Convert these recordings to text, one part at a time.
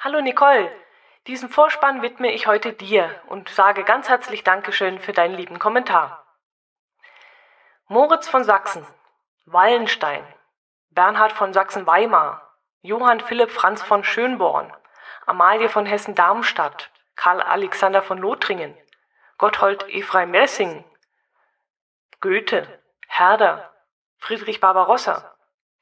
Hallo Nicole, diesen Vorspann widme ich heute dir und sage ganz herzlich Dankeschön für deinen lieben Kommentar. Moritz von Sachsen, Wallenstein, Bernhard von Sachsen-Weimar, Johann Philipp Franz von Schönborn, Amalie von Hessen-Darmstadt, Karl Alexander von Lothringen, Gotthold Ephraim Lessing, Goethe, Herder, Friedrich Barbarossa.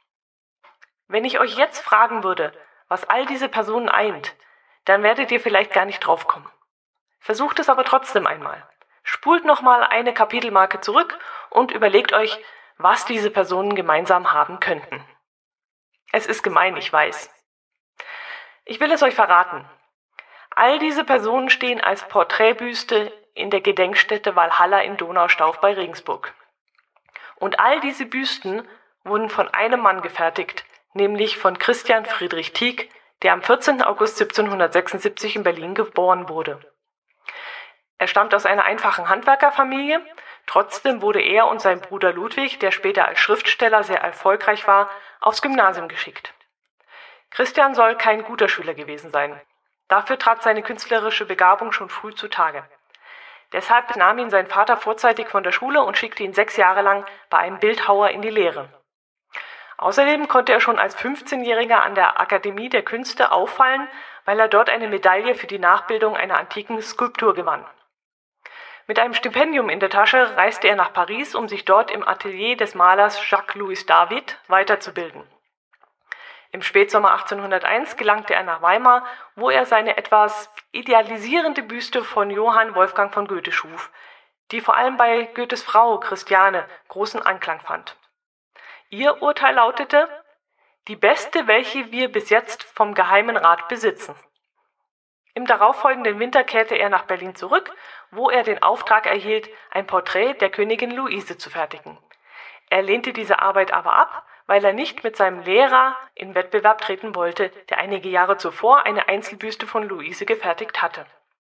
Wenn ich euch jetzt fragen würde, was all diese Personen eint, dann werdet ihr vielleicht gar nicht drauf kommen. Versucht es aber trotzdem einmal. Spult nochmal eine Kapitelmarke zurück und überlegt euch, was diese Personen gemeinsam haben könnten. Es ist gemein, ich weiß. Ich will es euch verraten. All diese Personen stehen als Porträtbüste in der Gedenkstätte Walhalla in Donaustauf bei Regensburg. Und all diese Büsten wurden von einem Mann gefertigt, nämlich von Christian Friedrich Tieck, der am 14. August 1776 in Berlin geboren wurde. Er stammt aus einer einfachen Handwerkerfamilie, trotzdem wurde er und sein Bruder Ludwig, der später als Schriftsteller sehr erfolgreich war, aufs Gymnasium geschickt. Christian soll kein guter Schüler gewesen sein. Dafür trat seine künstlerische Begabung schon früh zutage. Deshalb nahm ihn sein Vater vorzeitig von der Schule und schickte ihn 6 Jahre lang bei einem Bildhauer in die Lehre. Außerdem konnte er schon als 15-Jähriger an der Akademie der Künste auffallen, weil er dort eine Medaille für die Nachbildung einer antiken Skulptur gewann. Mit einem Stipendium in der Tasche reiste er nach Paris, um sich dort im Atelier des Malers Jacques-Louis David weiterzubilden. Im Spätsommer 1801 gelangte er nach Weimar, wo er seine etwas idealisierende Büste von Johann Wolfgang von Goethe schuf, die vor allem bei Goethes Frau Christiane großen Anklang fand. Ihr Urteil lautete: die beste, welche wir bis jetzt vom Geheimen Rat besitzen. Im darauffolgenden Winter kehrte er nach Berlin zurück, wo er den Auftrag erhielt, ein Porträt der Königin Luise zu fertigen. Er lehnte diese Arbeit aber ab, weil er nicht mit seinem Lehrer in Wettbewerb treten wollte, der einige Jahre zuvor eine Einzelbüste von Luise gefertigt hatte.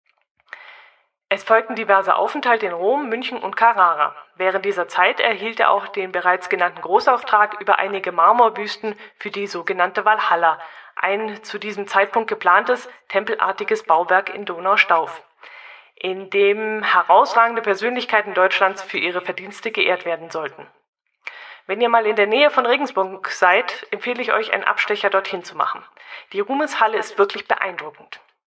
Es folgten diverse Aufenthalte in Rom, München und Carrara. Während dieser Zeit erhielt er auch den bereits genannten Großauftrag über einige Marmorbüsten für die sogenannte Walhalla, ein zu diesem Zeitpunkt geplantes, tempelartiges Bauwerk in Donaustauf, in dem herausragende Persönlichkeiten Deutschlands für ihre Verdienste geehrt werden sollten. Wenn ihr mal in der Nähe von Regensburg seid, empfehle ich euch, einen Abstecher dorthin zu machen. Die Ruhmeshalle ist wirklich beeindruckend.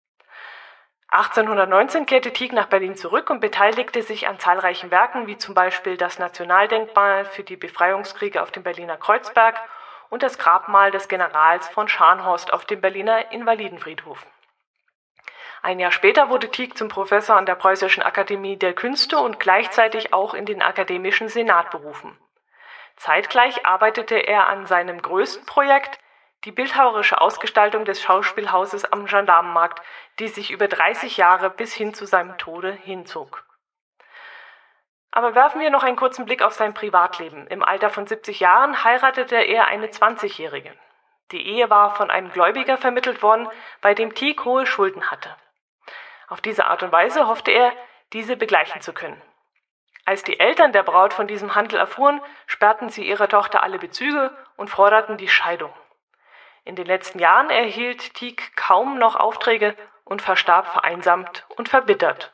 1819 kehrte Tieck nach Berlin zurück und beteiligte sich an zahlreichen Werken, wie zum Beispiel das Nationaldenkmal für die Befreiungskriege auf dem Berliner Kreuzberg und das Grabmal des Generals von Scharnhorst auf dem Berliner Invalidenfriedhof. Ein Jahr später wurde Tieck zum Professor an der Preußischen Akademie der Künste und gleichzeitig auch in den Akademischen Senat berufen. Zeitgleich arbeitete er an seinem größten Projekt, die bildhauerische Ausgestaltung des Schauspielhauses am Gendarmenmarkt, die sich über 30 Jahre bis hin zu seinem Tode hinzog. Aber werfen wir noch einen kurzen Blick auf sein Privatleben. Im Alter von 70 Jahren heiratete er eine 20-Jährige. Die Ehe war von einem Gläubiger vermittelt worden, bei dem Tieck hohe Schulden hatte. Auf diese Art und Weise hoffte er, diese begleichen zu können. Als die Eltern der Braut von diesem Handel erfuhren, sperrten sie ihrer Tochter alle Bezüge und forderten die Scheidung. In den letzten Jahren erhielt Tieck kaum noch Aufträge und verstarb vereinsamt und verbittert.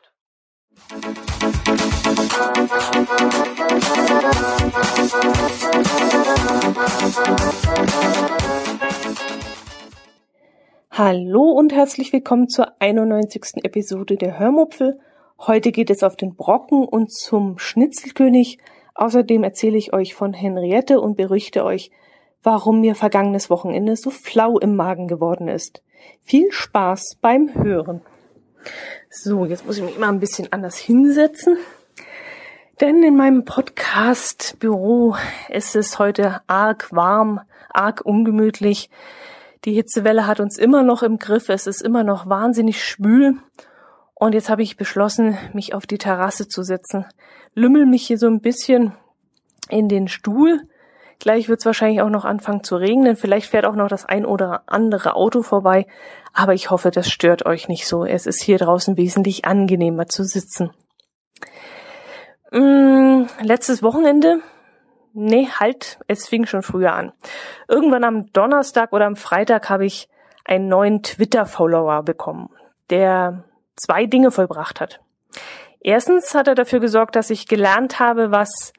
Hallo und herzlich willkommen zur 91. Episode der Hörmupfel. Heute geht es auf den Brocken und zum Schnitzelkönig. Außerdem erzähle ich euch von Henriette und berichte euch, warum mir vergangenes Wochenende so flau im Magen geworden ist. Viel Spaß beim Hören. So, jetzt muss ich mich mal ein bisschen anders hinsetzen, denn in meinem Podcast-Büro ist es heute arg warm, arg ungemütlich. Die Hitzewelle hat uns immer noch im Griff, es ist immer noch wahnsinnig schwül und jetzt habe ich beschlossen, mich auf die Terrasse zu setzen. Lümmel mich hier so ein bisschen in den Stuhl. Gleich wird es wahrscheinlich auch noch anfangen zu regnen. Vielleicht fährt auch noch das ein oder andere Auto vorbei. Aber ich hoffe, das stört euch nicht so. Es ist hier draußen wesentlich angenehmer zu sitzen. Letztes Wochenende? Nee, halt, es fing schon früher an. Irgendwann am Donnerstag oder am Freitag habe ich einen neuen Twitter-Follower bekommen, der 2 Dinge vollbracht hat. Erstens hat er dafür gesorgt, dass ich gelernt habe, was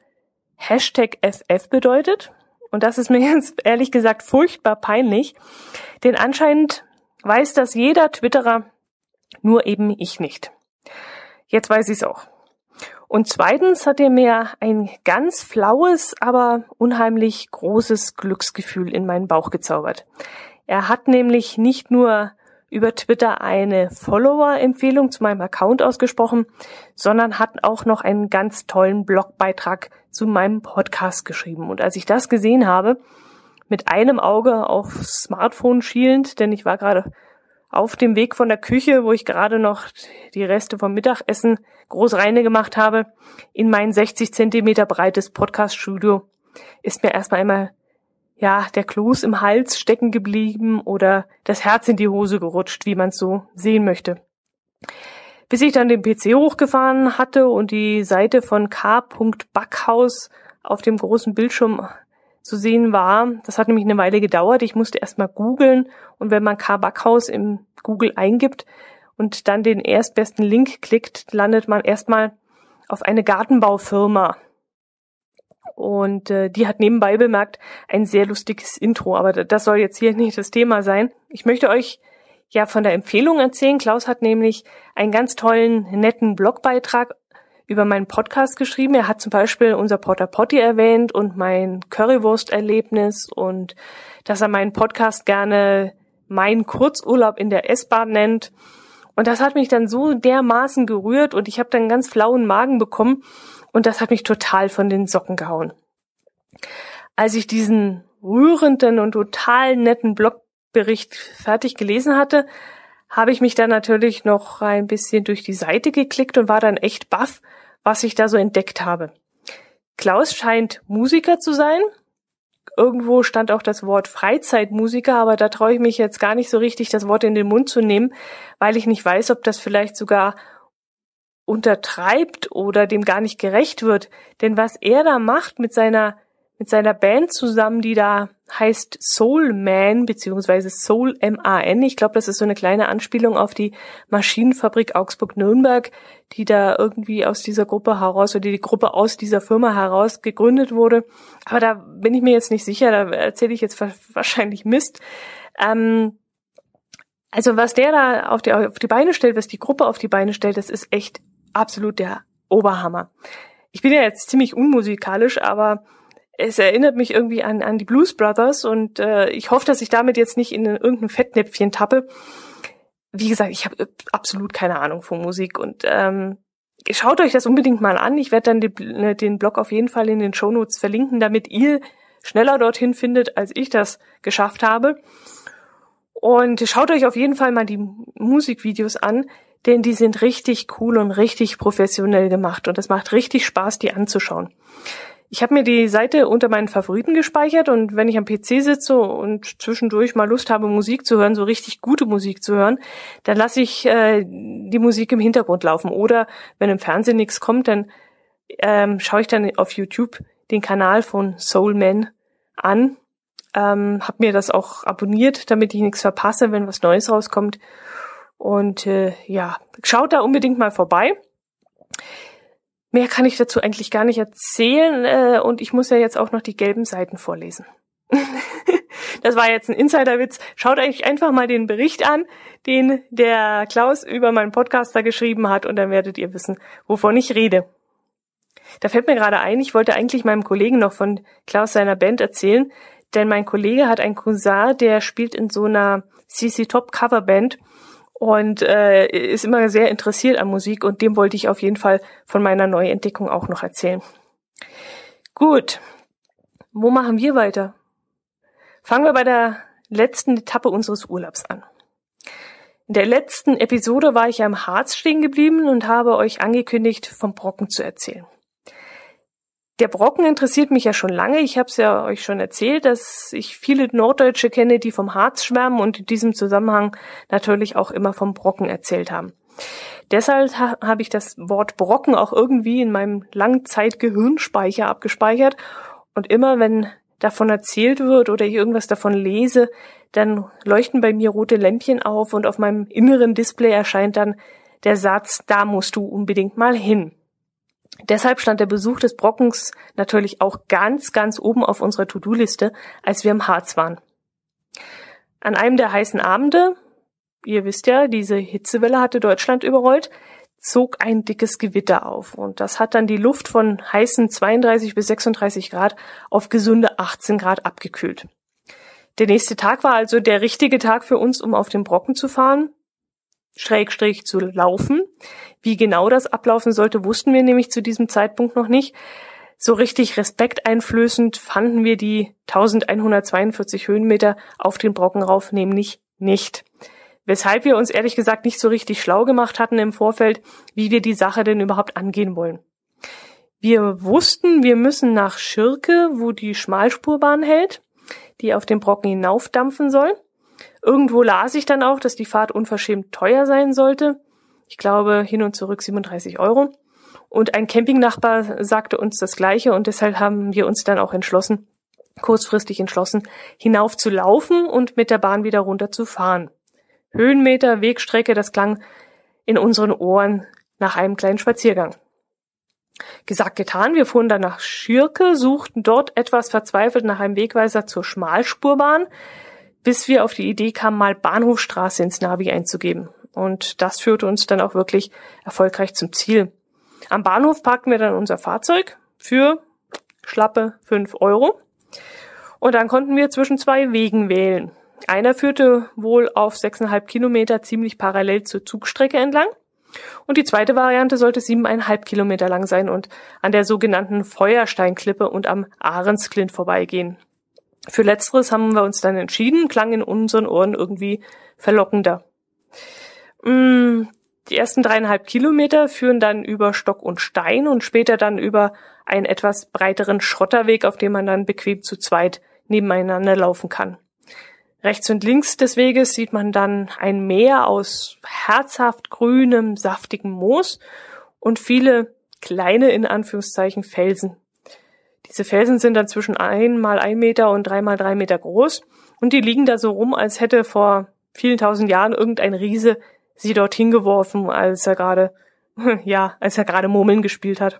#FF bedeutet. Und das ist mir jetzt ehrlich gesagt furchtbar peinlich, denn anscheinend weiß das jeder Twitterer, nur eben ich nicht. Jetzt weiß ich es auch. Und zweitens hat er mir ein ganz flaues, aber unheimlich großes Glücksgefühl in meinen Bauch gezaubert. Er hat nämlich nicht nur über Twitter eine Follower-Empfehlung zu meinem Account ausgesprochen, sondern hat auch noch einen ganz tollen Blogbeitrag zu meinem Podcast geschrieben. Und als ich das gesehen habe, mit einem Auge aufs Smartphone schielend, denn ich war gerade auf dem Weg von der Küche, wo ich gerade noch die Reste vom Mittagessen groß reine gemacht habe, in mein 60 Zentimeter breites Podcast-Studio, ist mir erstmal einmal der Kloß im Hals stecken geblieben oder das Herz in die Hose gerutscht, wie man es so sehen möchte. Bis ich dann den PC hochgefahren hatte und die Seite von K.Backhaus auf dem großen Bildschirm zu sehen war, das hat nämlich eine Weile gedauert. Ich musste erstmal googeln und wenn man K. Backhaus im Google eingibt und dann den erstbesten Link klickt, landet man erstmal auf eine Gartenbaufirma. Und die hat nebenbei bemerkt ein sehr lustiges Intro, aber das soll jetzt hier nicht das Thema sein. Ich möchte euch von der Empfehlung erzählen. Klaus hat nämlich einen ganz tollen, netten Blogbeitrag über meinen Podcast geschrieben. Er hat zum Beispiel unser Porta Potty erwähnt und mein Currywurst-Erlebnis und dass er meinen Podcast gerne meinen Kurzurlaub in der S-Bahn nennt. Und das hat mich dann so dermaßen gerührt und ich habe dann einen ganz flauen Magen bekommen und das hat mich total von den Socken gehauen. Als ich diesen rührenden und total netten Blogbericht fertig gelesen hatte, habe ich mich dann natürlich noch ein bisschen durch die Seite geklickt und war dann echt baff, was ich da so entdeckt habe. Klaus scheint Musiker zu sein. Irgendwo stand auch das Wort Freizeitmusiker, aber da traue ich mich jetzt gar nicht so richtig, das Wort in den Mund zu nehmen, weil ich nicht weiß, ob das vielleicht sogar untertreibt oder dem gar nicht gerecht wird. Denn was er da macht mit seiner Band zusammen, die da heißt Soul Man beziehungsweise Soul MAN. Ich glaube, das ist so eine kleine Anspielung auf die Maschinenfabrik Augsburg-Nürnberg, die da irgendwie aus dieser Gruppe heraus oder die Gruppe aus dieser Firma heraus gegründet wurde. Aber da bin ich mir jetzt nicht sicher, da erzähle ich jetzt wahrscheinlich Mist. Also was der da auf die Beine stellt, was die Gruppe auf die Beine stellt, das ist echt absolut der Oberhammer. Ich bin ja jetzt ziemlich unmusikalisch, aber es erinnert mich irgendwie an die Blues Brothers und ich hoffe, dass ich damit jetzt nicht in irgendein Fettnäpfchen tappe. Wie gesagt, ich habe absolut keine Ahnung von Musik und schaut euch das unbedingt mal an. Ich werde dann den Blog auf jeden Fall in den Shownotes verlinken, damit ihr schneller dorthin findet, als ich das geschafft habe. Und schaut euch auf jeden Fall mal die Musikvideos an, denn die sind richtig cool und richtig professionell gemacht und es macht richtig Spaß, die anzuschauen. Ich habe mir die Seite unter meinen Favoriten gespeichert und wenn ich am PC sitze und zwischendurch mal Lust habe, Musik zu hören, so richtig gute Musik zu hören, dann lasse ich die Musik im Hintergrund laufen. Oder wenn im Fernsehen nichts kommt, dann schaue ich dann auf YouTube den Kanal von Soul Man an. Habe mir das auch abonniert, damit ich nichts verpasse, wenn was Neues rauskommt. Und schaut da unbedingt mal vorbei. Mehr kann ich dazu eigentlich gar nicht erzählen und ich muss ja jetzt auch noch die gelben Seiten vorlesen. Das war jetzt ein Insiderwitz. Schaut euch einfach mal den Bericht an, den der Klaus über meinen Podcaster geschrieben hat und dann werdet ihr wissen, wovon ich rede. Da fällt mir gerade ein, ich wollte eigentlich meinem Kollegen noch von Klaus seiner Band erzählen, denn mein Kollege hat einen Cousin, der spielt in so einer CC Top Coverband und ist immer sehr interessiert an Musik und dem wollte ich auf jeden Fall von meiner Neuentdeckung auch noch erzählen. Gut, wo machen wir weiter? Fangen wir bei der letzten Etappe unseres Urlaubs an. In der letzten Episode war ich am Harz stehen geblieben und habe euch angekündigt, vom Brocken zu erzählen. Der Brocken interessiert mich ja schon lange. Ich habe es ja euch schon erzählt, dass ich viele Norddeutsche kenne, die vom Harz schwärmen und in diesem Zusammenhang natürlich auch immer vom Brocken erzählt haben. Deshalb habe ich das Wort Brocken auch irgendwie in meinem Langzeitgehirnspeicher abgespeichert und immer wenn davon erzählt wird oder ich irgendwas davon lese, dann leuchten bei mir rote Lämpchen auf und auf meinem inneren Display erscheint dann der Satz, da musst du unbedingt mal hin. Deshalb stand der Besuch des Brockens natürlich auch ganz, ganz oben auf unserer To-Do-Liste, als wir im Harz waren. An einem der heißen Abende, ihr wisst ja, diese Hitzewelle hatte Deutschland überrollt, zog ein dickes Gewitter auf und das hat dann die Luft von heißen 32 bis 36 Grad auf gesunde 18 Grad abgekühlt. Der nächste Tag war also der richtige Tag für uns, um auf den Brocken zu fahren, Schrägstrich zu laufen. Wie genau das ablaufen sollte, wussten wir nämlich zu diesem Zeitpunkt noch nicht. So richtig respekteinflößend fanden wir die 1142 Höhenmeter auf den Brocken rauf nämlich nicht. Weshalb wir uns ehrlich gesagt nicht so richtig schlau gemacht hatten im Vorfeld, wie wir die Sache denn überhaupt angehen wollen. Wir wussten, wir müssen nach Schirke, wo die Schmalspurbahn hält, die auf den Brocken hinaufdampfen soll. Irgendwo las ich dann auch, dass die Fahrt unverschämt teuer sein sollte. Ich glaube, hin und zurück 37 €. Und ein Campingnachbar sagte uns das Gleiche und deshalb haben wir uns dann auch kurzfristig entschlossen, hinauf zu laufen und mit der Bahn wieder runter zu fahren. Höhenmeter, Wegstrecke, das klang in unseren Ohren nach einem kleinen Spaziergang. Gesagt, getan, wir fuhren dann nach Schirke, suchten dort etwas verzweifelt nach einem Wegweiser zur Schmalspurbahn, bis wir auf die Idee kamen, mal Bahnhofstraße ins Navi einzugeben. Und das führte uns dann auch wirklich erfolgreich zum Ziel. Am Bahnhof parkten wir dann unser Fahrzeug für schlappe 5 €. Und dann konnten wir zwischen 2 Wegen wählen. Einer führte wohl auf 6,5 Kilometer ziemlich parallel zur Zugstrecke entlang. Und die zweite Variante sollte 7,5 Kilometer lang sein und an der sogenannten Feuersteinklippe und am Ahrensklint vorbeigehen. Für Letzteres haben wir uns dann entschieden, klang in unseren Ohren irgendwie verlockender. Die ersten 3,5 Kilometer führen dann über Stock und Stein und später dann über einen etwas breiteren Schotterweg, auf dem man dann bequem zu zweit nebeneinander laufen kann. Rechts und links des Weges sieht man dann ein Meer aus herzhaft grünem, saftigem Moos und viele kleine, in Anführungszeichen, Felsen. Diese Felsen sind dann zwischen 1 mal 1 Meter und 3 mal 3 Meter groß und die liegen da so rum, als hätte vor vielen tausend Jahren irgendein Riese sie dorthin geworfen, als er gerade Murmeln gespielt hat.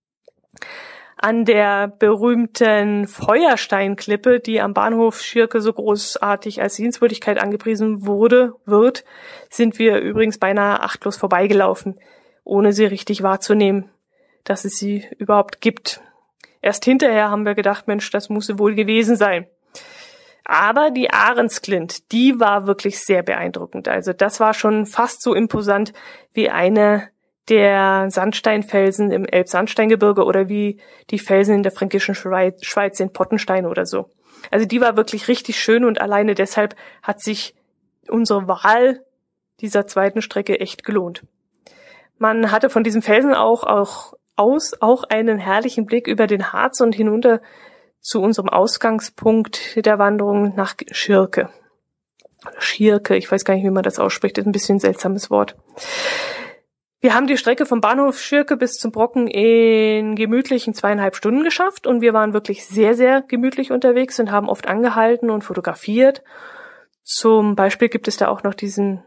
An der berühmten Feuersteinklippe, die am Bahnhof Schirke so großartig als Sehenswürdigkeit angepriesen wird, sind wir übrigens beinahe achtlos vorbeigelaufen, ohne sie richtig wahrzunehmen, dass es sie überhaupt gibt. Erst hinterher haben wir gedacht, Mensch, das muss sie wohl gewesen sein. Aber die Ahrensklint, die war wirklich sehr beeindruckend. Also das war schon fast so imposant wie eine der Sandsteinfelsen im Elbsandsteingebirge oder wie die Felsen in der fränkischen Schweiz in Pottenstein oder so. Also die war wirklich richtig schön und alleine deshalb hat sich unsere Wahl dieser zweiten Strecke echt gelohnt. Man hatte von diesem Felsen auch einen herrlichen Blick über den Harz und hinunter zu unserem Ausgangspunkt der Wanderung nach Schirke. Schirke, ich weiß gar nicht, wie man das ausspricht, ist ein bisschen ein seltsames Wort. Wir haben die Strecke vom Bahnhof Schirke bis zum Brocken in gemütlichen 2,5 Stunden geschafft und wir waren wirklich sehr, sehr gemütlich unterwegs und haben oft angehalten und fotografiert. Zum Beispiel gibt es da auch noch diesen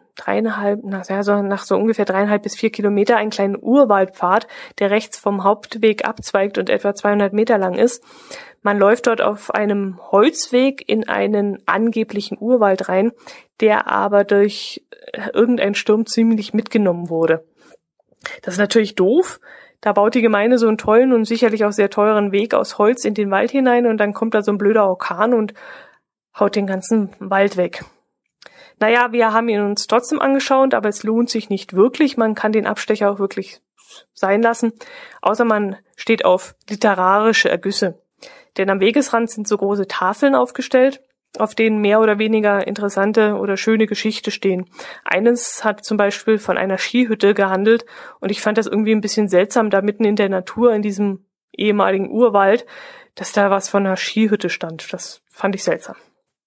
nach so ungefähr 3,5 bis 4 Kilometer einen kleinen Urwaldpfad, der rechts vom Hauptweg abzweigt und etwa 200 Meter lang ist. Man läuft dort auf einem Holzweg in einen angeblichen Urwald rein, der aber durch irgendeinen Sturm ziemlich mitgenommen wurde. Das ist natürlich doof. Da baut die Gemeinde so einen tollen und sicherlich auch sehr teuren Weg aus Holz in den Wald hinein und dann kommt da so ein blöder Orkan und haut den ganzen Wald weg. Naja, wir haben ihn uns trotzdem angeschaut, aber es lohnt sich nicht wirklich. Man kann den Abstecher auch wirklich sein lassen, außer man steht auf literarische Ergüsse. Denn am Wegesrand sind so große Tafeln aufgestellt, auf denen mehr oder weniger interessante oder schöne Geschichte stehen. Eines hat zum Beispiel von einer Skihütte gehandelt und ich fand das irgendwie ein bisschen seltsam, da mitten in der Natur, in diesem ehemaligen Urwald, dass da was von einer Skihütte stand. Das fand ich seltsam.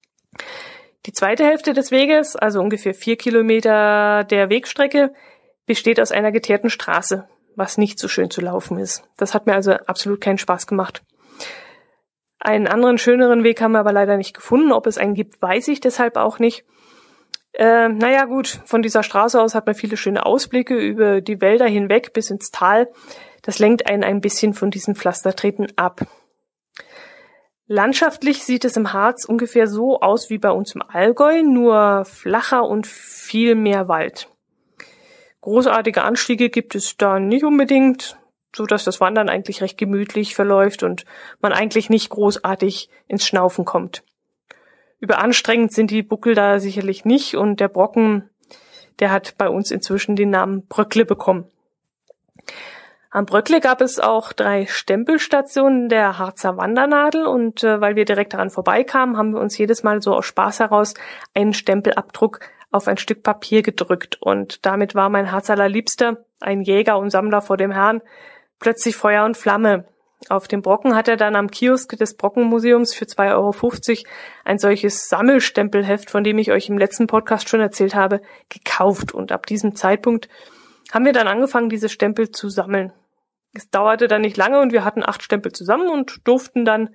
Die zweite Hälfte des Weges, also ungefähr 4 Kilometer der Wegstrecke, besteht aus einer geteerten Straße, was nicht so schön zu laufen ist. Das hat mir also absolut keinen Spaß gemacht. Einen anderen, schöneren Weg haben wir aber leider nicht gefunden. Ob es einen gibt, weiß ich deshalb auch nicht. Naja gut, von dieser Straße aus hat man viele schöne Ausblicke über die Wälder hinweg bis ins Tal. Das lenkt einen ein bisschen von diesen Pflastertreten ab. Landschaftlich sieht es im Harz ungefähr so aus wie bei uns im Allgäu, nur flacher und viel mehr Wald. Großartige Anstiege gibt es da nicht unbedingt, so dass das Wandern eigentlich recht gemütlich verläuft und man eigentlich nicht großartig ins Schnaufen kommt. Überanstrengend sind die Buckel da sicherlich nicht und der Brocken, der hat bei uns inzwischen den Namen Bröckle bekommen. Am Bröckle gab es auch 3 Stempelstationen der Harzer Wandernadel und weil wir direkt daran vorbeikamen, haben wir uns jedes Mal so aus Spaß heraus einen Stempelabdruck auf ein Stück Papier gedrückt und damit war mein Herz allerliebster, ein Jäger und Sammler vor dem Herrn, plötzlich Feuer und Flamme. Auf dem Brocken hat er dann am Kiosk des Brockenmuseums für 2,50 € ein solches Sammelstempelheft, von dem ich euch im letzten Podcast schon erzählt habe, gekauft. Und ab diesem Zeitpunkt haben wir dann angefangen, diese Stempel zu sammeln. Es dauerte dann nicht lange und wir hatten 8 Stempel zusammen und durften dann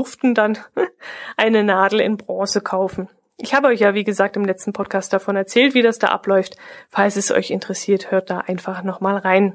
eine Nadel in Bronze kaufen. Ich habe euch ja, wie gesagt, im letzten Podcast davon erzählt, wie das da abläuft. Falls es euch interessiert, hört da einfach nochmal rein.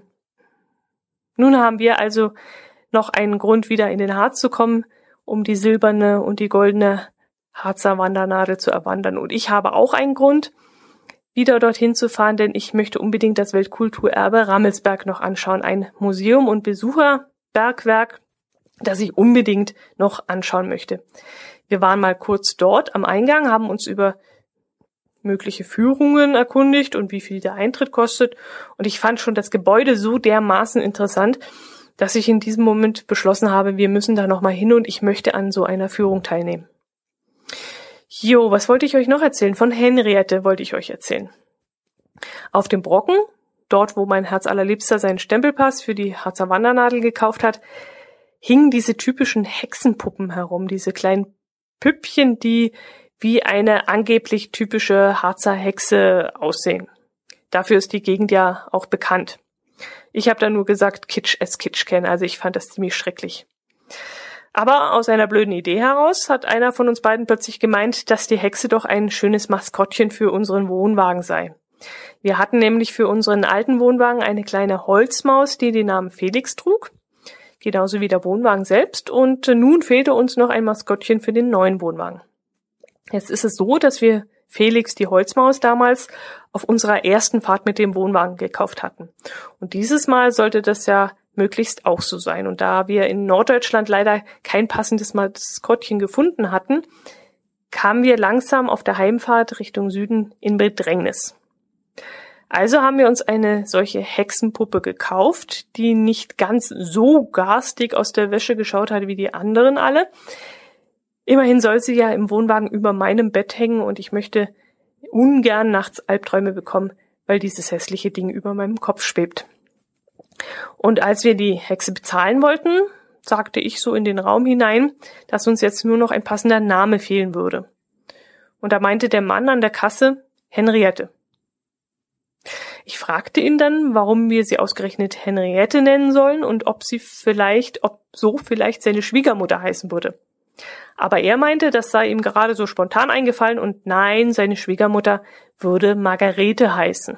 Nun haben wir also noch einen Grund, wieder in den Harz zu kommen, um die silberne und die goldene Harzer Wandernadel zu erwandern. Und ich habe auch einen Grund, wieder dorthin zu fahren, denn ich möchte unbedingt das Weltkulturerbe Rammelsberg noch anschauen. Ein Museum- und Besucherbergwerk, das ich unbedingt noch anschauen möchte. Wir waren mal kurz dort am Eingang, haben uns über mögliche Führungen erkundigt und wie viel der Eintritt kostet. Und ich fand schon das Gebäude so dermaßen interessant, dass ich in diesem Moment beschlossen habe, wir müssen da nochmal hin und ich möchte an so einer Führung teilnehmen. Jo, was wollte ich euch noch erzählen? Von Henriette wollte ich euch erzählen. Auf dem Brocken, dort wo mein Herz allerliebster seinen Stempelpass für die Harzer Wandernadel gekauft hat, hingen diese typischen Hexenpuppen herum, diese kleinen Püppchen, die wie eine angeblich typische Harzer Hexe aussehen. Dafür ist die Gegend ja auch bekannt. Ich habe da nur gesagt, Kitsch as Kitsch kennen, also ich fand das ziemlich schrecklich. Aber aus einer blöden Idee heraus hat einer von uns beiden plötzlich gemeint, dass die Hexe doch ein schönes Maskottchen für unseren Wohnwagen sei. Wir hatten nämlich für unseren alten Wohnwagen eine kleine Holzmaus, die den Namen Felix trug, genauso wie der Wohnwagen selbst, und nun fehlte uns noch ein Maskottchen für den neuen Wohnwagen. Jetzt ist es so, dass wir Felix, die Holzmaus, damals auf unserer ersten Fahrt mit dem Wohnwagen gekauft hatten. Und dieses Mal sollte das ja möglichst auch so sein. Und da wir in Norddeutschland leider kein passendes Maskottchen gefunden hatten, kamen wir langsam auf der Heimfahrt Richtung Süden in Bedrängnis. Also haben wir uns eine solche Hexenpuppe gekauft, die nicht ganz so garstig aus der Wäsche geschaut hat wie die anderen alle. Immerhin soll sie ja im Wohnwagen über meinem Bett hängen und ich möchte ungern nachts Albträume bekommen, weil dieses hässliche Ding über meinem Kopf schwebt. Und als wir die Hexe bezahlen wollten, sagte ich so in den Raum hinein, dass uns jetzt nur noch ein passender Name fehlen würde. Und da meinte der Mann an der Kasse, Henriette. Ich fragte ihn dann, warum wir sie ausgerechnet Henriette nennen sollen und ob so vielleicht seine Schwiegermutter heißen würde. Aber er meinte, das sei ihm gerade so spontan eingefallen und nein, seine Schwiegermutter würde Margarete heißen.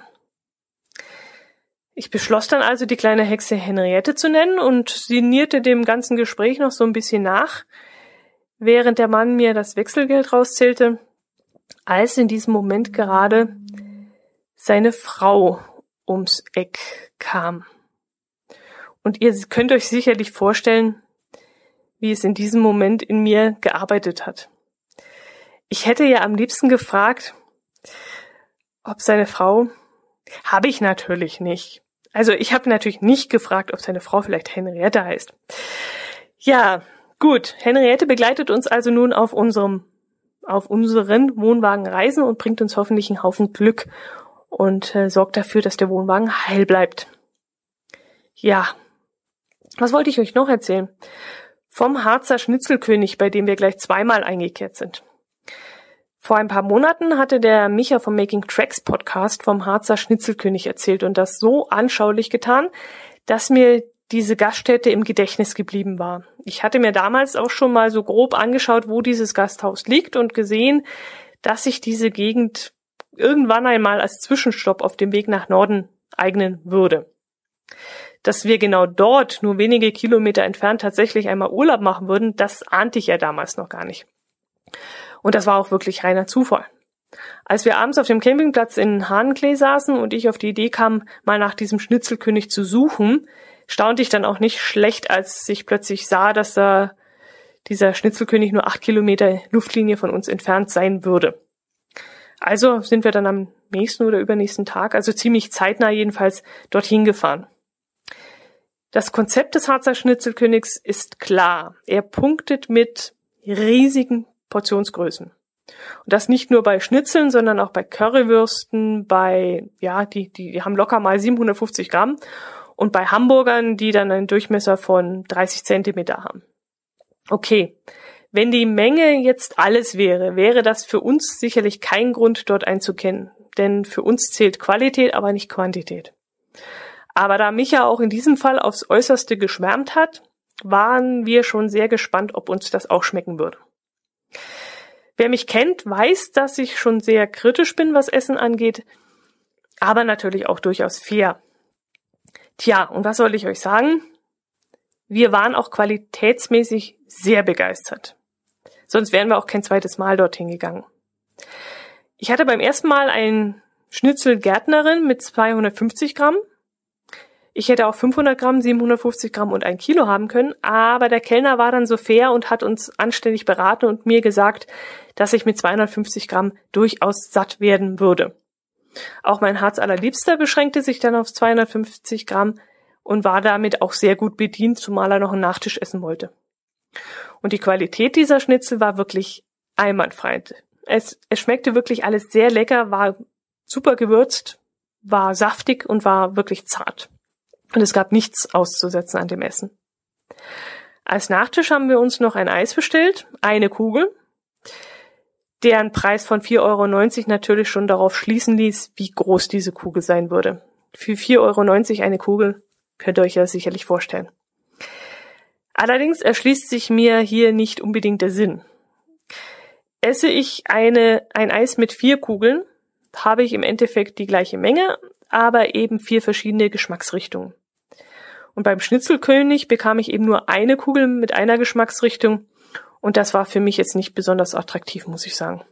Ich beschloss dann also, die kleine Hexe Henriette zu nennen und sinnierte dem ganzen Gespräch noch so ein bisschen nach, während der Mann mir das Wechselgeld rauszählte, als in diesem Moment gerade seine Frau ums Eck kam. Und ihr könnt euch sicherlich vorstellen, wie es in diesem Moment in mir gearbeitet hat. Ich hätte ja am liebsten gefragt, ob seine Frau, habe ich natürlich nicht. Also ich habe natürlich nicht gefragt, ob seine Frau vielleicht Henriette heißt. Ja, gut, Henriette begleitet uns also nun auf unseren Wohnwagen reisen und bringt uns hoffentlich einen Haufen Glück und sorgt dafür, dass der Wohnwagen heil bleibt. Ja, was wollte ich euch noch erzählen? Vom Harzer Schnitzelkönig, bei dem wir gleich zweimal eingekehrt sind. Vor ein paar Monaten hatte der Micha vom Making Tracks Podcast vom Harzer Schnitzelkönig erzählt und das so anschaulich getan, dass mir diese Gaststätte im Gedächtnis geblieben war. Ich hatte mir damals auch schon mal so grob angeschaut, wo dieses Gasthaus liegt und gesehen, dass sich diese Gegend irgendwann einmal als Zwischenstopp auf dem Weg nach Norden eignen würde. Dass wir genau dort, nur wenige Kilometer entfernt, tatsächlich einmal Urlaub machen würden, das ahnte ich ja damals noch gar nicht. Und das war auch wirklich reiner Zufall. Als wir abends auf dem Campingplatz in Hahnklee saßen und ich auf die Idee kam, mal nach diesem Schnitzelkönig zu suchen, staunte ich dann auch nicht schlecht, als ich plötzlich sah, dass da dieser Schnitzelkönig nur 8 Kilometer Luftlinie von uns entfernt sein würde. Also sind wir dann am nächsten oder übernächsten Tag, also ziemlich zeitnah jedenfalls, dorthin gefahren. Das Konzept des Harzer Schnitzelkönigs ist klar. Er punktet mit riesigen Portionsgrößen. Und das nicht nur bei Schnitzeln, sondern auch bei Currywürsten, die haben locker mal 750 Gramm. Und bei Hamburgern, die dann einen Durchmesser von 30 Zentimeter haben. Okay, wenn die Menge jetzt alles wäre das für uns sicherlich kein Grund, dort einzukennen. Denn für uns zählt Qualität, aber nicht Quantität. Aber da Micha auch in diesem Fall aufs Äußerste geschwärmt hat, waren wir schon sehr gespannt, ob uns das auch schmecken würde. Wer mich kennt, weiß, dass ich schon sehr kritisch bin, was Essen angeht, aber natürlich auch durchaus fair. Tja, und was soll ich euch sagen? Wir waren auch qualitätsmäßig sehr begeistert. Sonst wären wir auch kein zweites Mal dorthin gegangen. Ich hatte beim ersten Mal ein Schnitzel Gärtnerin mit 250 Gramm. Ich hätte auch 500 Gramm, 750 Gramm und 1 Kilo haben können, aber der Kellner war dann so fair und hat uns anständig beraten und mir gesagt, dass ich mit 250 Gramm durchaus satt werden würde. Auch mein Herz allerliebster beschränkte sich dann auf 250 Gramm und war damit auch sehr gut bedient, zumal er noch einen Nachtisch essen wollte. Und die Qualität dieser Schnitzel war wirklich einwandfrei. Es schmeckte wirklich alles sehr lecker, war super gewürzt, war saftig und war wirklich zart. Und es gab nichts auszusetzen an dem Essen. Als Nachtisch haben wir uns noch ein Eis bestellt, eine Kugel, deren Preis von 4,90 € natürlich schon darauf schließen ließ, wie groß diese Kugel sein würde. Für 4,90 € eine Kugel könnt ihr euch ja sicherlich vorstellen. Allerdings erschließt sich mir hier nicht unbedingt der Sinn. Esse ich ein Eis mit 4 Kugeln, habe ich im Endeffekt die gleiche Menge, aber eben 4 verschiedene Geschmacksrichtungen. Und beim Schnitzelkönig bekam ich eben nur eine Kugel mit einer Geschmacksrichtung und das war für mich jetzt nicht besonders attraktiv, muss ich sagen.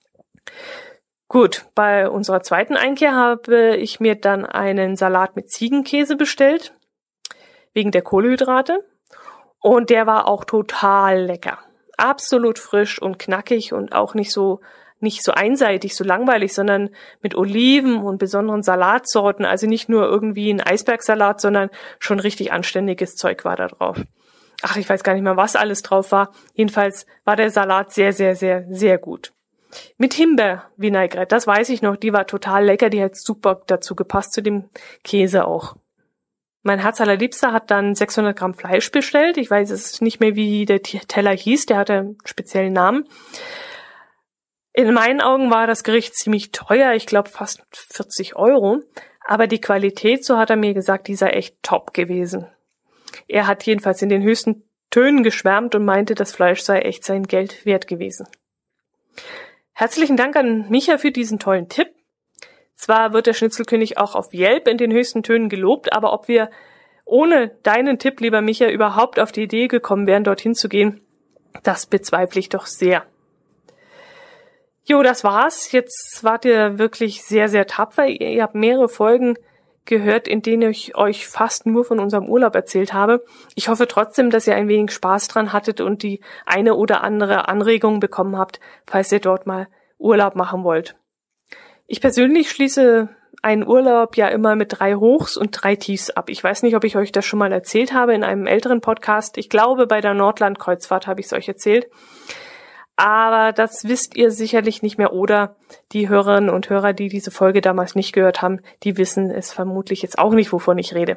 Gut, bei unserer zweiten Einkehr habe ich mir dann einen Salat mit Ziegenkäse bestellt, wegen der Kohlenhydrate. Und der war auch total lecker. Absolut frisch und knackig und auch nicht so einseitig, so langweilig, sondern mit Oliven und besonderen Salatsorten. Also nicht nur irgendwie ein Eisbergsalat, sondern schon richtig anständiges Zeug war da drauf. Ach, ich weiß gar nicht mehr, was alles drauf war. Jedenfalls war der Salat sehr, sehr, sehr, sehr gut. Mit Himbeer-Vinaigrette, das weiß ich noch, die war total lecker, die hat super dazu gepasst, zu dem Käse auch. Mein Herz allerliebster hat dann 600 Gramm Fleisch bestellt. Ich weiß es nicht mehr, wie der Teller hieß, der hatte einen speziellen Namen. In meinen Augen war das Gericht ziemlich teuer, ich glaube fast 40 €. Aber die Qualität, so hat er mir gesagt, die sei echt top gewesen. Er hat jedenfalls in den höchsten Tönen geschwärmt und meinte, das Fleisch sei echt sein Geld wert gewesen. Herzlichen Dank an Micha für diesen tollen Tipp. Zwar wird der Schnitzelkönig auch auf Yelp in den höchsten Tönen gelobt, aber ob wir ohne deinen Tipp, lieber Micha, überhaupt auf die Idee gekommen wären, dorthin zu gehen, das bezweifle ich doch sehr. Jo, das war's. Jetzt wart ihr wirklich sehr, sehr tapfer. Ihr habt mehrere Folgen gehört, in denen ich euch fast nur von unserem Urlaub erzählt habe. Ich hoffe trotzdem, dass ihr ein wenig Spaß dran hattet und die eine oder andere Anregung bekommen habt, falls ihr dort mal Urlaub machen wollt. Ich persönlich schließe einen Urlaub ja immer mit 3 Hochs und 3 Tiefs ab. Ich weiß nicht, ob ich euch das schon mal erzählt habe in einem älteren Podcast. Ich glaube, bei der Nordland-Kreuzfahrt habe ich es euch erzählt. Aber das wisst ihr sicherlich nicht mehr oder die Hörerinnen und Hörer, die diese Folge damals nicht gehört haben, die wissen es vermutlich jetzt auch nicht, wovon ich rede.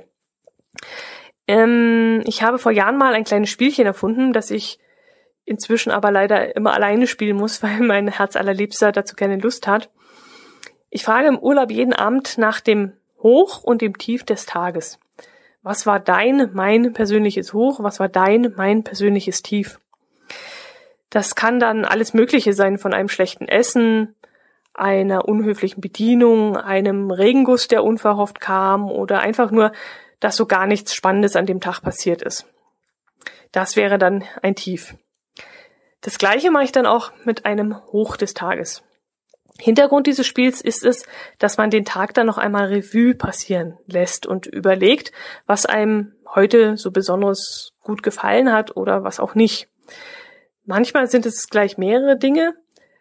Ich habe vor Jahren mal ein kleines Spielchen erfunden, das ich inzwischen aber leider immer alleine spielen muss, weil mein Herz allerliebster dazu keine Lust hat. Ich frage im Urlaub jeden Abend nach dem Hoch und dem Tief des Tages. Was war mein persönliches Hoch? Was war mein persönliches Tief? Das kann dann alles Mögliche sein, von einem schlechten Essen, einer unhöflichen Bedienung, einem Regenguss, der unverhofft kam oder einfach nur, dass so gar nichts Spannendes an dem Tag passiert ist. Das wäre dann ein Tief. Das Gleiche mache ich dann auch mit einem Hoch des Tages. Hintergrund dieses Spiels ist es, dass man den Tag dann noch einmal Revue passieren lässt und überlegt, was einem heute so besonders gut gefallen hat oder was auch nicht. Manchmal sind es gleich mehrere Dinge,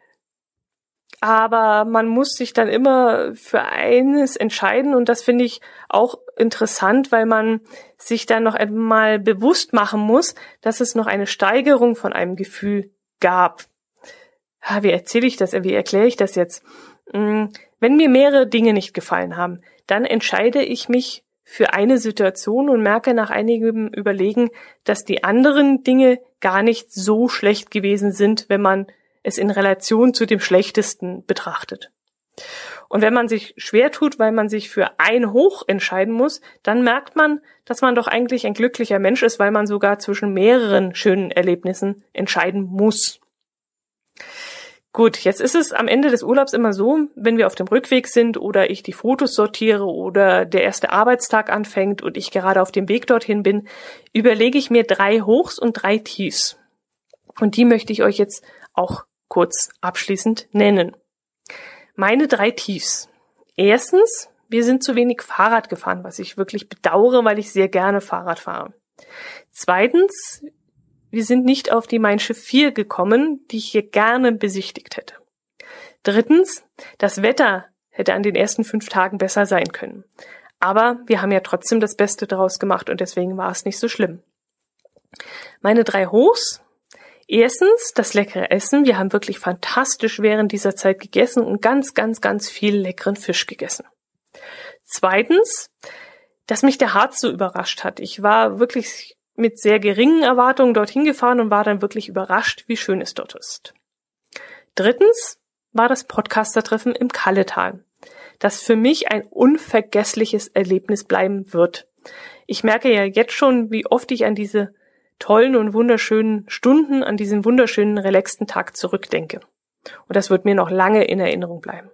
aber man muss sich dann immer für eines entscheiden und das finde ich auch interessant, weil man sich dann noch einmal bewusst machen muss, dass es noch eine Steigerung von einem Gefühl gab. Wie erkläre ich das jetzt? Wenn mir mehrere Dinge nicht gefallen haben, dann entscheide ich mich für eine Situation und merke nach einigem Überlegen, dass die anderen Dinge gar nicht so schlecht gewesen sind, wenn man es in Relation zu dem Schlechtesten betrachtet. Und wenn man sich schwer tut, weil man sich für ein Hoch entscheiden muss, dann merkt man, dass man doch eigentlich ein glücklicher Mensch ist, weil man sogar zwischen mehreren schönen Erlebnissen entscheiden muss. Gut, jetzt ist es am Ende des Urlaubs immer so, wenn wir auf dem Rückweg sind oder ich die Fotos sortiere oder der erste Arbeitstag anfängt und ich gerade auf dem Weg dorthin bin, überlege ich mir 3 Hochs und 3 Tiefs. Und die möchte ich euch jetzt auch kurz abschließend nennen. Meine 3 Tiefs. Erstens, wir sind zu wenig Fahrrad gefahren, was ich wirklich bedauere, weil ich sehr gerne Fahrrad fahre. Zweitens, wir sind nicht auf die Mein Schiff 4 gekommen, die ich hier gerne besichtigt hätte. Drittens, das Wetter hätte an den ersten 5 Tagen besser sein können. Aber wir haben ja trotzdem das Beste daraus gemacht und deswegen war es nicht so schlimm. Meine 3 Hochs. Erstens, das leckere Essen. Wir haben wirklich fantastisch während dieser Zeit gegessen und ganz, ganz, ganz viel leckeren Fisch gegessen. Zweitens, dass mich der Harz so überrascht hat. Ich war wirklich mit sehr geringen Erwartungen dorthin gefahren und war dann wirklich überrascht, wie schön es dort ist. Drittens war das Podcaster-Treffen im Kalletal, das für mich ein unvergessliches Erlebnis bleiben wird. Ich merke ja jetzt schon, wie oft ich an diese tollen und wunderschönen Stunden, an diesen wunderschönen, relaxten Tag zurückdenke. Und das wird mir noch lange in Erinnerung bleiben.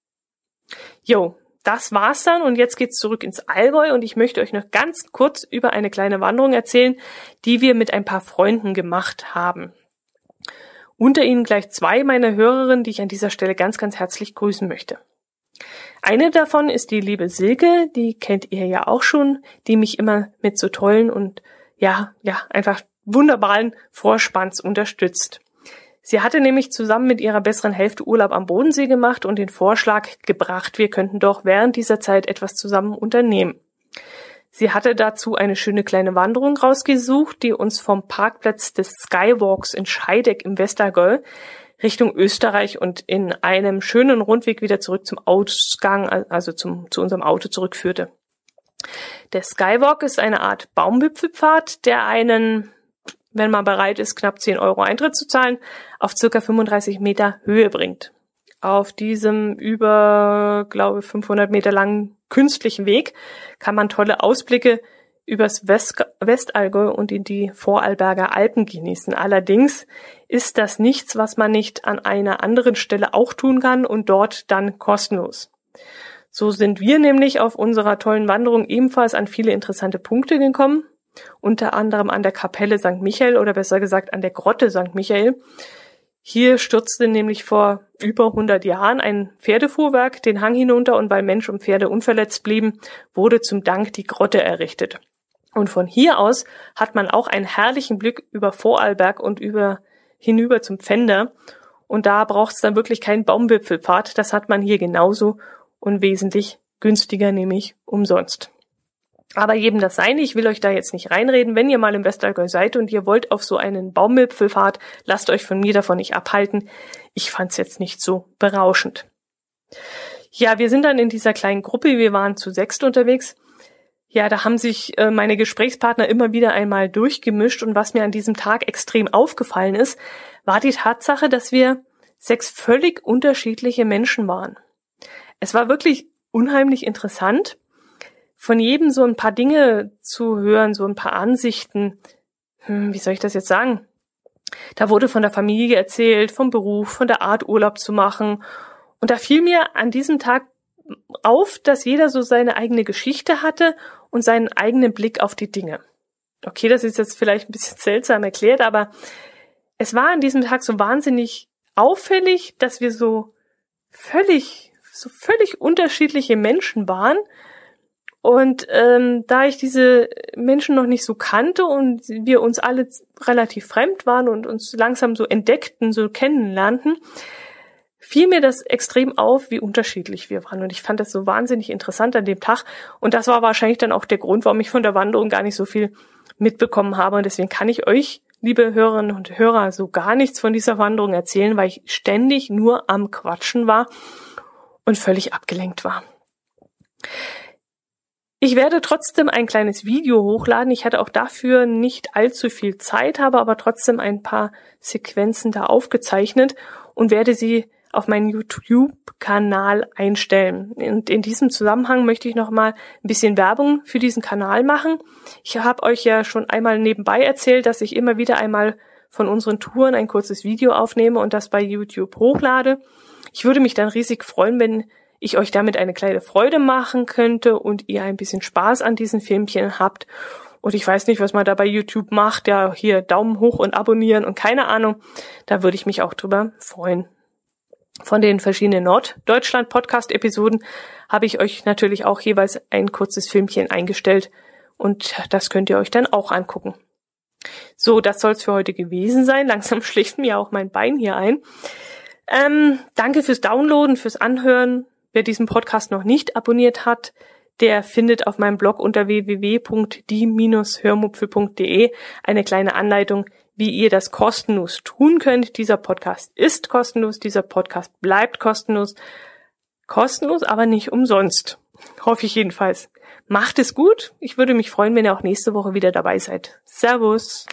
Jo, das war's dann und jetzt geht's zurück ins Allgäu und ich möchte euch noch ganz kurz über eine kleine Wanderung erzählen, die wir mit ein paar Freunden gemacht haben. Unter ihnen gleich 2 meiner Hörerinnen, die ich an dieser Stelle ganz, ganz herzlich grüßen möchte. Eine davon ist die liebe Silke, die kennt ihr ja auch schon, die mich immer mit so tollen und einfach wunderbaren Vorspanns unterstützt. Sie hatte nämlich zusammen mit ihrer besseren Hälfte Urlaub am Bodensee gemacht und den Vorschlag gebracht, wir könnten doch während dieser Zeit etwas zusammen unternehmen. Sie hatte dazu eine schöne kleine Wanderung rausgesucht, die uns vom Parkplatz des Skywalks in Scheideck im Westallgäu Richtung Österreich und in einem schönen Rundweg wieder zurück zum Ausgang, also zu unserem Auto zurückführte. Der Skywalk ist eine Art Baumwipfelpfad, der einen, wenn man bereit ist, knapp 10 € Eintritt zu zahlen, auf ca. 35 Meter Höhe bringt. Auf diesem über, 500 Meter langen künstlichen Weg kann man tolle Ausblicke übers Westallgäu und in die Vorarlberger Alpen genießen. Allerdings ist das nichts, was man nicht an einer anderen Stelle auch tun kann und dort dann kostenlos. So sind wir nämlich auf unserer tollen Wanderung ebenfalls an viele interessante Punkte gekommen, unter anderem an der Kapelle St. Michael oder besser gesagt an der Grotte St. Michael. Hier stürzte nämlich vor über 100 Jahren ein Pferdefuhrwerk den Hang hinunter und weil Mensch und Pferde unverletzt blieben, wurde zum Dank die Grotte errichtet. Und von hier aus hat man auch einen herrlichen Blick über Vorarlberg und hinüber zum Pfänder. Und da braucht es dann wirklich keinen Baumwipfelpfad, das hat man hier genauso und wesentlich günstiger, nämlich umsonst. Aber jedem das seine, ich will euch da jetzt nicht reinreden. Wenn ihr mal im Westallgäu seid und ihr wollt auf so einen Baumwipfelpfad, lasst euch von mir davon nicht abhalten. Ich fand's jetzt nicht so berauschend. Ja, wir sind dann in dieser kleinen Gruppe, wir waren zu 6 unterwegs. Ja, da haben sich meine Gesprächspartner immer wieder einmal durchgemischt und was mir an diesem Tag extrem aufgefallen ist, war die Tatsache, dass wir 6 völlig unterschiedliche Menschen waren. Es war wirklich unheimlich interessant, von jedem so ein paar Dinge zu hören, so ein paar Ansichten. Wie soll ich das jetzt sagen? Da wurde von der Familie erzählt, vom Beruf, von der Art Urlaub zu machen. Und da fiel mir an diesem Tag auf, dass jeder so seine eigene Geschichte hatte und seinen eigenen Blick auf die Dinge. Okay, das ist jetzt vielleicht ein bisschen seltsam erklärt, aber es war an diesem Tag so wahnsinnig auffällig, dass wir so völlig unterschiedliche Menschen waren. Und da ich diese Menschen noch nicht so kannte und wir uns alle relativ fremd waren und uns langsam so entdeckten, so kennenlernten, fiel mir das extrem auf, wie unterschiedlich wir waren. Und ich fand das so wahnsinnig interessant an dem Tag. Und das war wahrscheinlich dann auch der Grund, warum ich von der Wanderung gar nicht so viel mitbekommen habe. Und deswegen kann ich euch, liebe Hörerinnen und Hörer, so gar nichts von dieser Wanderung erzählen, weil ich ständig nur am Quatschen war und völlig abgelenkt war. Ich werde trotzdem ein kleines Video hochladen. Ich hatte auch dafür nicht allzu viel Zeit, habe aber trotzdem ein paar Sequenzen da aufgezeichnet und werde sie auf meinen YouTube-Kanal einstellen. Und in diesem Zusammenhang möchte ich nochmal ein bisschen Werbung für diesen Kanal machen. Ich habe euch ja schon einmal nebenbei erzählt, dass ich immer wieder einmal von unseren Touren ein kurzes Video aufnehme und das bei YouTube hochlade. Ich würde mich dann riesig freuen, wenn ich euch damit eine kleine Freude machen könnte und ihr ein bisschen Spaß an diesen Filmchen habt. Und ich weiß nicht, was man da bei YouTube macht. Ja, hier Daumen hoch und abonnieren und keine Ahnung. Da würde ich mich auch drüber freuen. Von den verschiedenen Norddeutschland-Podcast-Episoden habe ich euch natürlich auch jeweils ein kurzes Filmchen eingestellt. Und das könnt ihr euch dann auch angucken. So, das soll es für heute gewesen sein. Langsam schläft mir auch mein Bein hier ein. Danke fürs Downloaden, fürs Anhören. Wer diesen Podcast noch nicht abonniert hat, der findet auf meinem Blog unter www.die-hörmupfel.de eine kleine Anleitung, wie ihr das kostenlos tun könnt. Dieser Podcast ist kostenlos, dieser Podcast bleibt kostenlos. Kostenlos, aber nicht umsonst. Hoffe ich jedenfalls. Macht es gut. Ich würde mich freuen, wenn ihr auch nächste Woche wieder dabei seid. Servus.